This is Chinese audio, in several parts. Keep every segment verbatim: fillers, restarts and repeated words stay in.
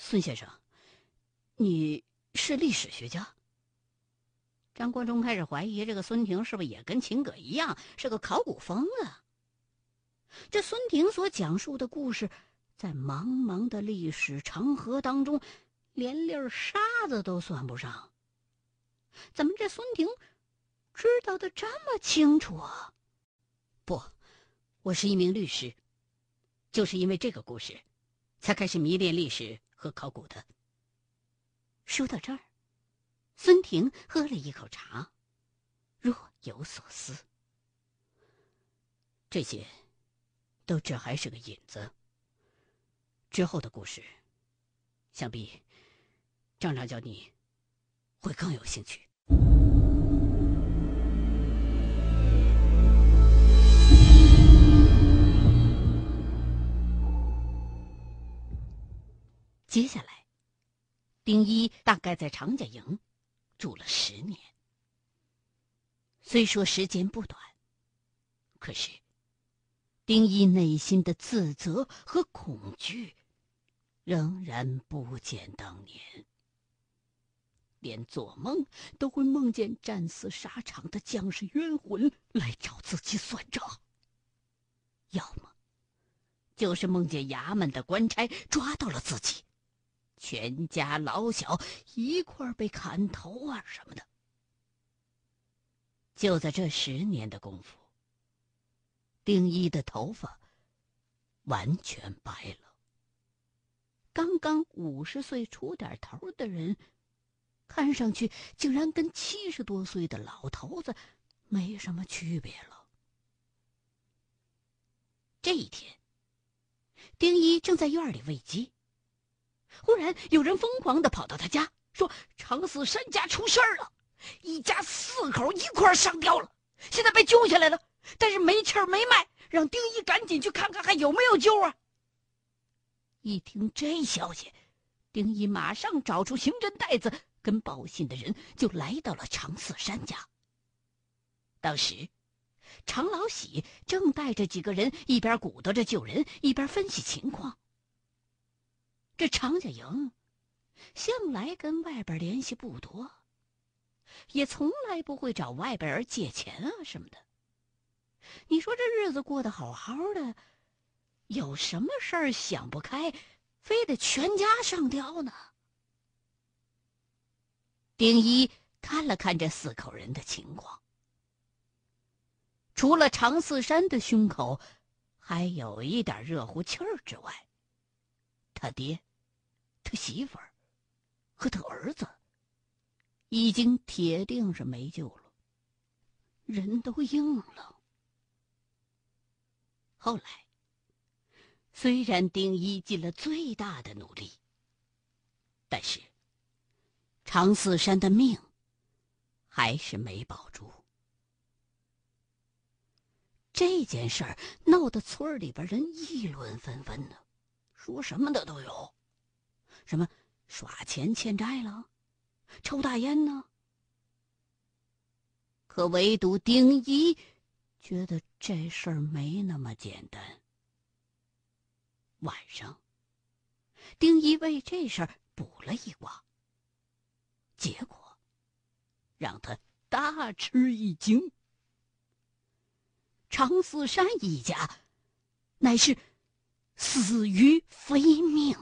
孙先生，你是历史学家？张国忠开始怀疑这个孙婷是不是也跟秦葛一样是个考古疯啊？这孙婷所讲述的故事，在茫茫的历史长河当中，连粒沙子都算不上。怎么这孙婷知道的这么清楚啊？不，我是一名律师，就是因为这个故事，才开始迷恋历史和考古的。说到这儿，孙婷喝了一口茶，若有所思。这些都只还是个引子，之后的故事，想必张长教你会更有兴趣。接下来，丁一大概在常家营住了十年。虽说时间不短，可是丁一内心的自责和恐惧仍然不减当年，连做梦都会梦见战死沙场的将士冤魂来找自己算账，要么就是梦见衙门的官差抓到了自己，全家老小一块被砍头啊什么的。就在这十年的功夫，丁一的头发完全白了。刚刚五十岁出点头的人，看上去竟然跟七十多岁的老头子没什么区别了。这一天，丁一正在院里喂鸡，忽然有人疯狂地跑到他家，说常四山家出事儿了，一家四口一块上吊了，现在被救下来了，但是没气儿没脉，让丁一赶紧去看看还有没有救啊。一听这消息，丁一马上找出刑侦袋子，跟报信的人就来到了常四山家。当时常老喜正带着几个人一边鼓捣着救人，一边分析情况。这常家营向来跟外边联系不多，也从来不会找外边人借钱啊什么的。你说这日子过得好好的，有什么事儿想不开，非得全家上吊呢？丁一看了看这四口人的情况，除了常四山的胸口还有一点热乎气儿之外，他爹、他媳妇儿和他儿子已经铁定是没救了，人都硬了。后来，虽然丁一尽了最大的努力，但是常四山的命还是没保住。这件事儿闹得村里边人议论纷纷呢，说什么的都有，什么耍钱欠债了，抽大烟呢。可唯独丁一觉得这事儿没那么简单。晚上，丁一为这事儿卜了一卦，结果让他大吃一惊。常四山一家乃是死于非命，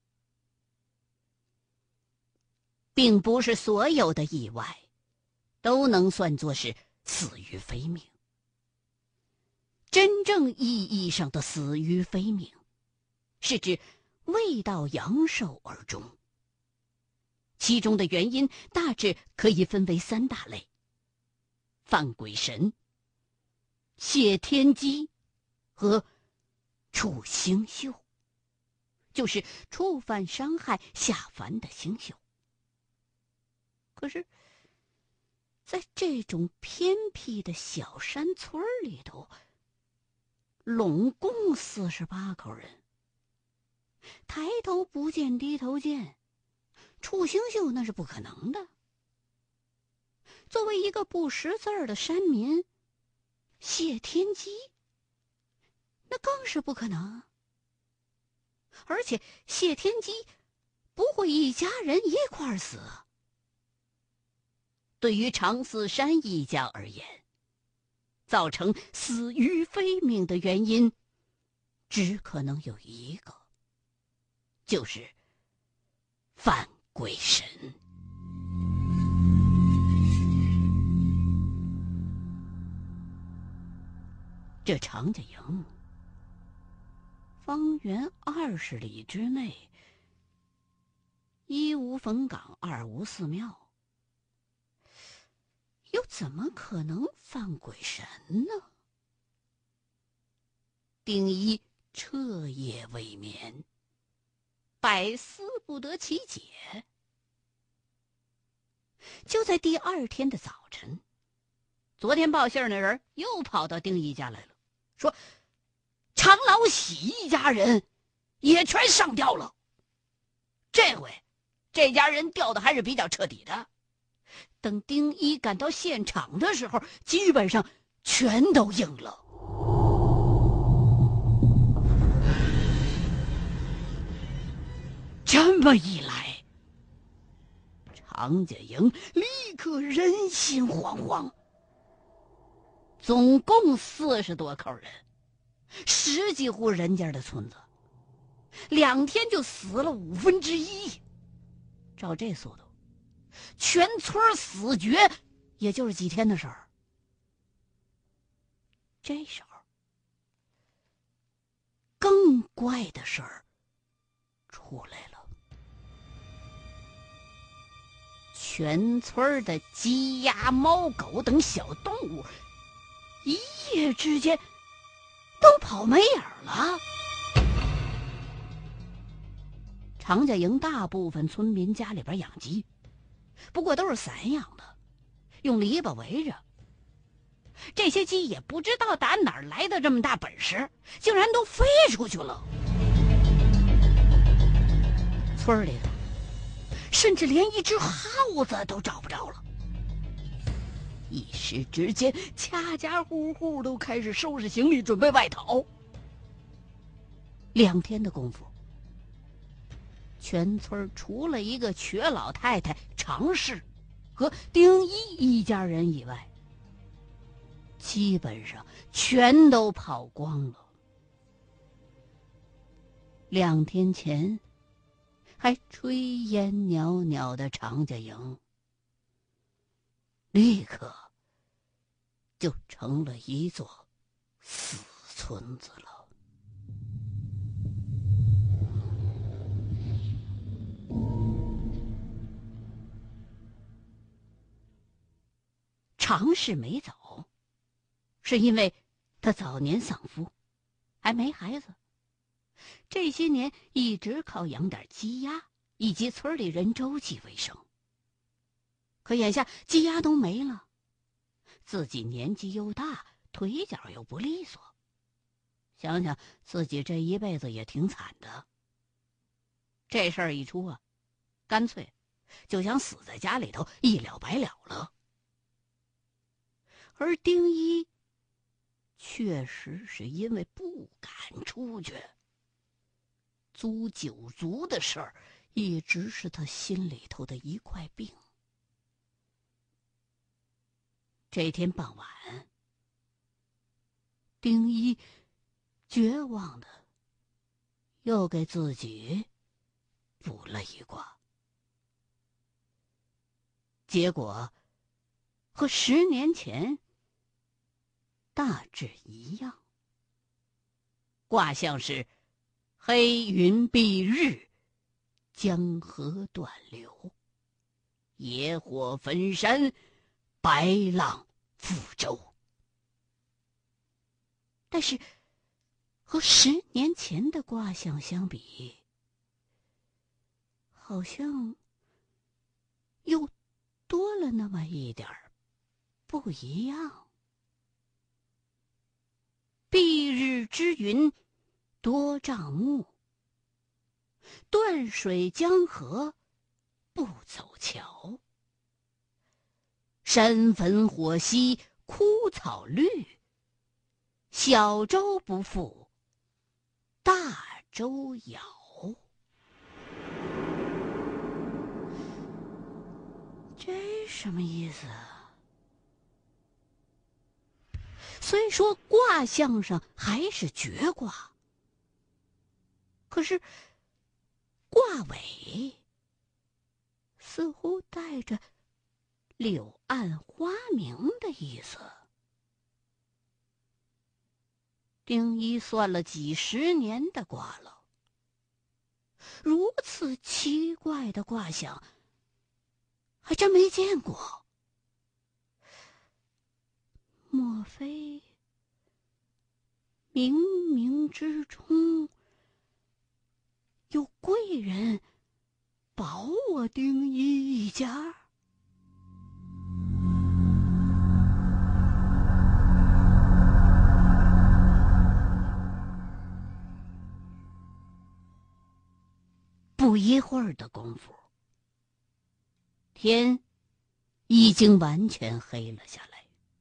并不是所有的意外都能算作是死于非命。真正意义上的死于非命，是指未到阳寿而终。其中的原因大致可以分为三大类：犯鬼神、泄天机和触星宿，就是触犯伤害下凡的星宿。可是在这种偏僻的小山村里头，拢共四十八口人，抬头不见低头见，触星宿那是不可能的。作为一个不识字儿的山民，泄天机那更是不可能。而且泄天机不会一家人一块儿死。对于常四山一家而言，造成死于非命的原因只可能有一个，就是犯鬼神。这常家营方圆二十里之内，一无冯岗，二无寺庙，又怎么可能犯鬼神呢？丁一彻夜未眠，百思不得其解。就在第二天的早晨，昨天报信儿那人又跑到丁一家来了，说常老喜一家人也全上吊了。这回这家人吊的还是比较彻底的。等丁一赶到现场的时候，基本上全都应了。这么一来，常家营立刻人心惶惶。总共四十多口人，十几户人家的村子，两天就死了五分之一。照这速度，全村死绝也就是几天的事儿。这时候，更怪的事儿出来了。全村的鸡鸭猫狗等小动物一夜之间都跑没影了。常家营大部分村民家里边养鸡，不过都是散养的，用篱笆围着。这些鸡也不知道打哪儿来的这么大本事，竟然都飞出去了。村里头甚至连一只耗子都找不着了。一时之间，家家户户都开始收拾行李准备外逃。两天的功夫，全村除了一个瘸老太太常氏和丁一一家人以外，基本上全都跑光了。两天前还炊烟袅袅的常家营，立刻就成了一座死村子了。常氏没走，是因为他早年丧夫，还没孩子，这些年一直靠养点鸡鸭以及村里人周济为生。可眼下鸡鸭都没了，自己年纪又大，腿脚又不利索，想想自己这一辈子也挺惨的。这事儿一出啊，干脆就想死在家里头，一了百了了。而丁一确实是因为不敢出去，租酒族的事儿一直是他心里头的一块病。这天傍晚，丁一绝望的又给自己卜了一卦，结果和十年前大致一样。卦象是黑云蔽日，江河断流，野火焚山，白浪覆舟。但是和十年前的卦象相比，好像又多了那么一点儿不一样。蔽日之云多障目，断水江河不走桥。山焚火熄，枯草绿，小舟不复大舟摇。 这什么意思啊？虽说卦象上还是绝卦，可是卦尾似乎带着柳暗花明的意思。丁一算了几十年的卦了，如此奇怪的卦象还真没见过。莫非冥冥之中有贵人保我丁一一家？不一会儿的功夫，天已经完全黑了下来。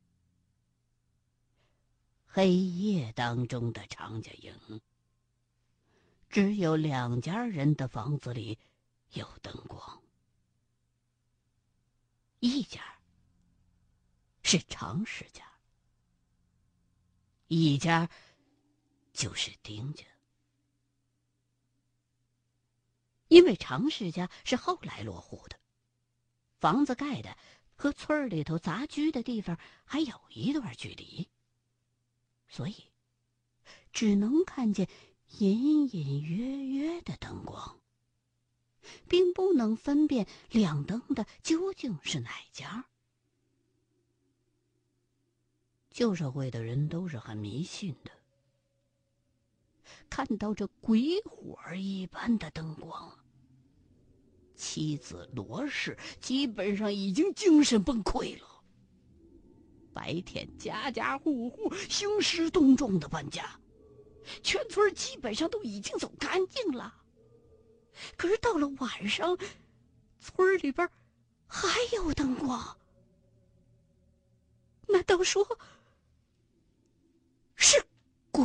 黑夜当中的常家营，只有两家人的房子里有灯光。一家是常氏家，一家就是丁家。因为常氏家是后来落户的，房子盖的和村里头杂居的地方还有一段距离，所以只能看见隐隐约约的灯光，并不能分辨亮灯的究竟是哪家。旧社会的人都是很迷信的，看到这鬼火一般的灯光，妻子罗氏基本上已经精神崩溃了。白天家家户户兴师动众的搬家，全村基本上都已经走干净了。可是到了晚上，村里边还有灯光，难道说是鬼？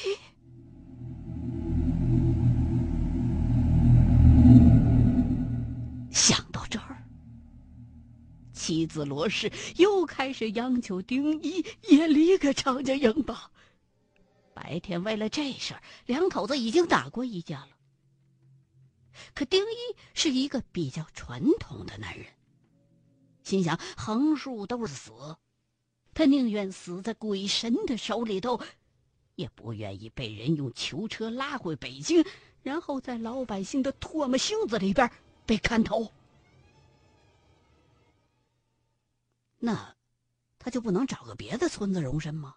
想到这儿，妻子罗氏又开始央求丁一也离开常家营吧。白天为了这事儿，两口子已经打过一架了。可丁一是一个比较传统的男人，心想横竖都是死，他宁愿死在鬼神的手里头，也不愿意被人用囚车拉回北京，然后在老百姓的唾沫星子里边被砍头。那他就不能找个别的村子容身吗？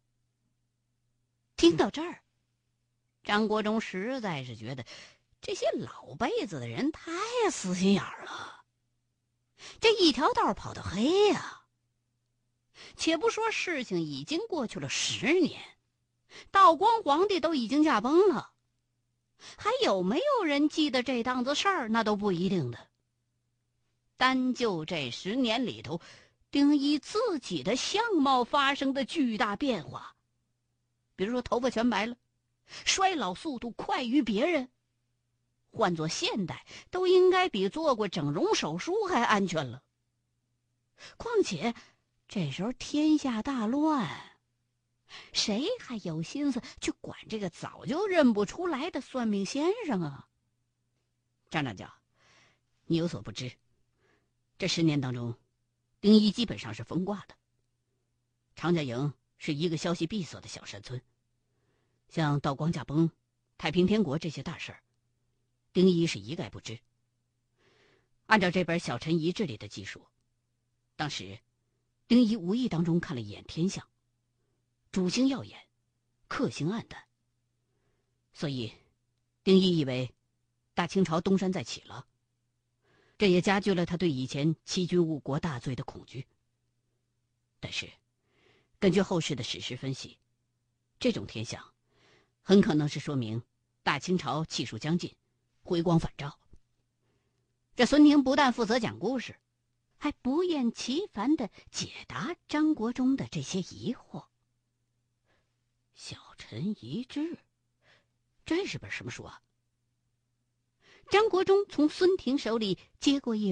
听到这儿，张国忠实在是觉得这些老辈子的人太死心眼儿了，这一条道跑到黑呀、啊！且不说事情已经过去了十年，道光皇帝都已经驾崩了，还有没有人记得这档子事儿，那都不一定的。单就这十年里头，丁一自己的相貌发生的巨大变化，比如说头发全白了，衰老速度快于别人，换做现代都应该比做过整容手术还安全了。况且这时候天下大乱，谁还有心思去管这个早就认不出来的算命先生啊？张长教，你有所不知，这十年当中，丁一基本上是风挂的。常家营是一个消息闭塞的小山村，像道光驾崩、太平天国这些大事儿，丁一是一概不知。按照这本《小陈遗志》里的记述，当时丁一无意当中看了一眼天象，主星耀眼，客星暗淡，所以丁一以为大清朝东山再起了，这也加剧了他对以前欺君误国大罪的恐惧。但是根据后世的史实分析，这种天象很可能是说明大清朝气数将近，回光返照。这孙宁不但负责讲故事，还不厌其烦地解答张国忠的这些疑惑。小陈遗志，这是本什么书啊？张国忠从孙婷手里接过一本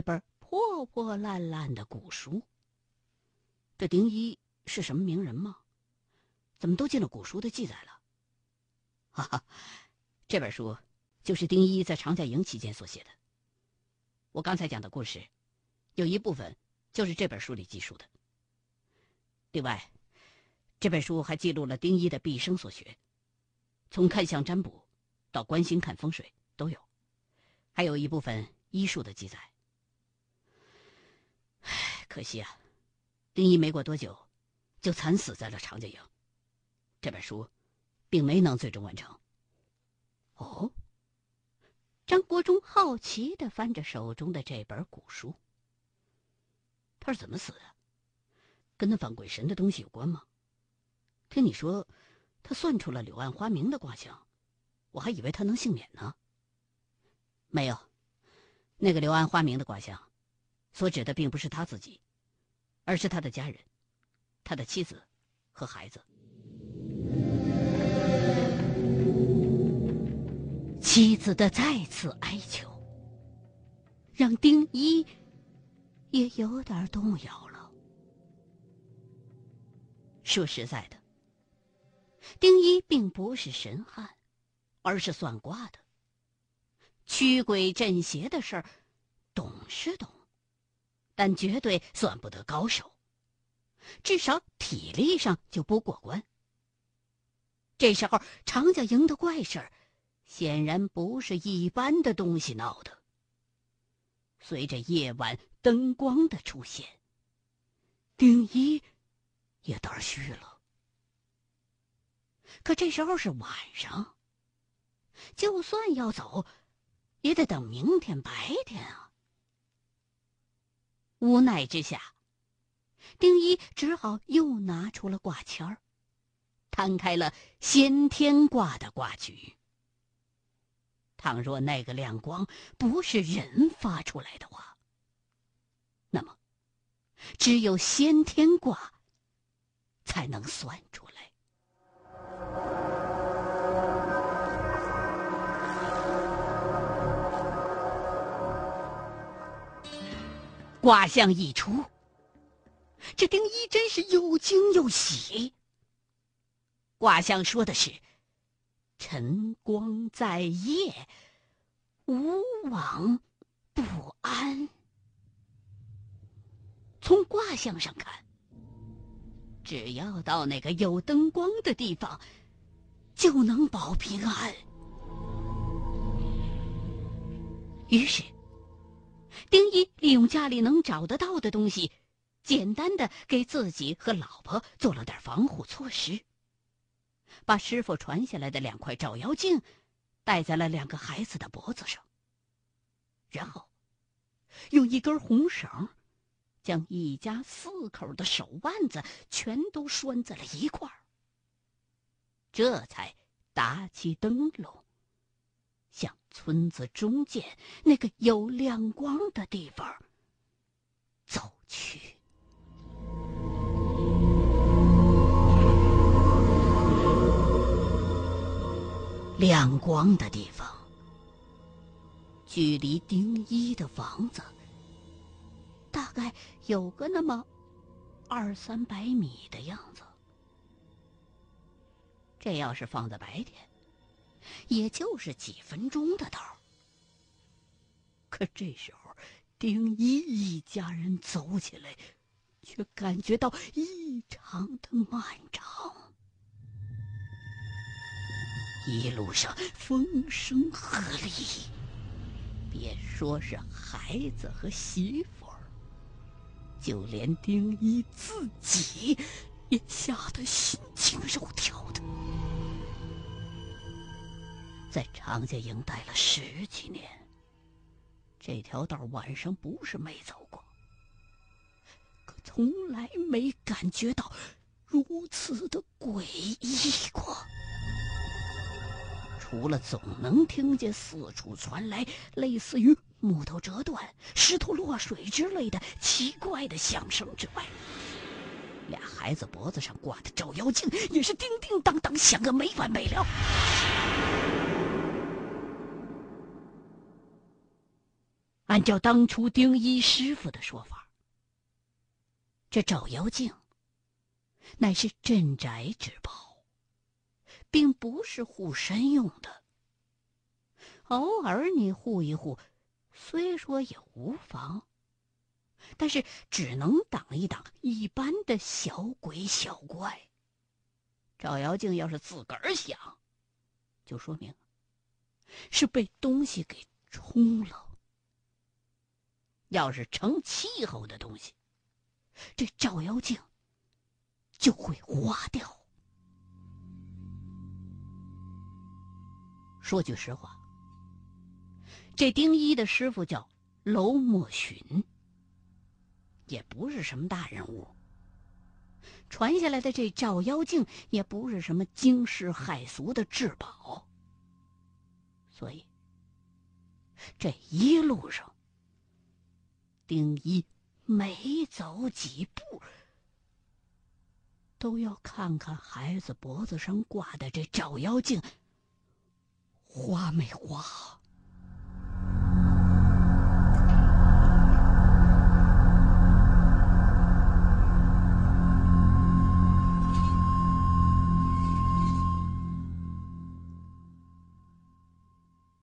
破破烂烂的古书。这丁一是什么名人吗？怎么都进了古书的记载了？哈哈，这本书就是丁一在长假营期间所写的。我刚才讲的故事，有一部分就是这本书里记述的。另外，这本书还记录了丁一的毕生所学，从看相占卜到观星看风水都有，还有一部分医术的记载。唉，可惜啊，丁一没过多久就惨死在了长假营，这本书并没能最终完成。哦，张国忠好奇地翻着手中的这本古书。他是怎么死的？跟那反鬼神的东西有关吗？听你说他算出了柳暗花明的卦象，我还以为他能幸免呢。没有，那个柳暗花明的卦象所指的并不是他自己，而是他的家人，他的妻子和孩子。妻子的再次哀求让丁一也有点动摇了。说实在的，丁一并不是神汉，而是算卦的，驱鬼镇邪的事儿懂是懂，但绝对算不得高手，至少体力上就不过关。这时候长假营的怪事儿显然不是一般的东西闹的。随着夜晚灯光的出现，丁一也胆虚了。可这时候是晚上，就算要走，也得等明天白天啊。无奈之下，丁一只好又拿出了卦签儿，摊开了先天卦的卦局。倘若那个亮光不是人发出来的话，那么只有先天卦才能算出来。卦象一出，这丁一真是又惊又喜。卦象说的是晨光在夜，无往不安。从卦象上看，只要到那个有灯光的地方，就能保平安。于是丁一利用家里能找得到的东西，简单的给自己和老婆做了点防护措施，把师傅传下来的两块照妖镜戴在了两个孩子的脖子上，然后用一根红绳将一家四口的手腕子全都拴在了一块儿，这才打起灯笼，向村子中间那个有亮光的地方走去。亮光的地方，距离丁一的房子大概有个那么二三百米的样子。这要是放在白天，也就是几分钟的道。可这时候丁一一家人走起来，却感觉到异常的漫长。一路上风声鹤唳，别说是孩子和媳妇儿，就连丁一自己也吓得心惊肉跳的。在长家营待了十几年，这条道晚上不是没走过，可从来没感觉到如此的诡异过。除了总能听见四处传来类似于木头折断、石头落水之类的奇怪的响声之外，俩孩子脖子上挂的照妖镜也是叮叮当当响个没完没了。 按照当初丁一师傅的说法，这照妖镜乃是镇宅之宝，并不是护身用的。偶尔你护一护，虽说也无妨，但是只能挡一挡一般的小鬼小怪。照妖镜要是自个儿响，就说明是被东西给冲了。要是成气候的东西，这照妖镜就会花掉。说句实话，这丁一的师傅叫娄墨寻，也不是什么大人物，传下来的这照妖镜也不是什么惊世骇俗的至宝，所以这一路上丁一每走几步都要看看孩子脖子上挂的这照妖镜花没花。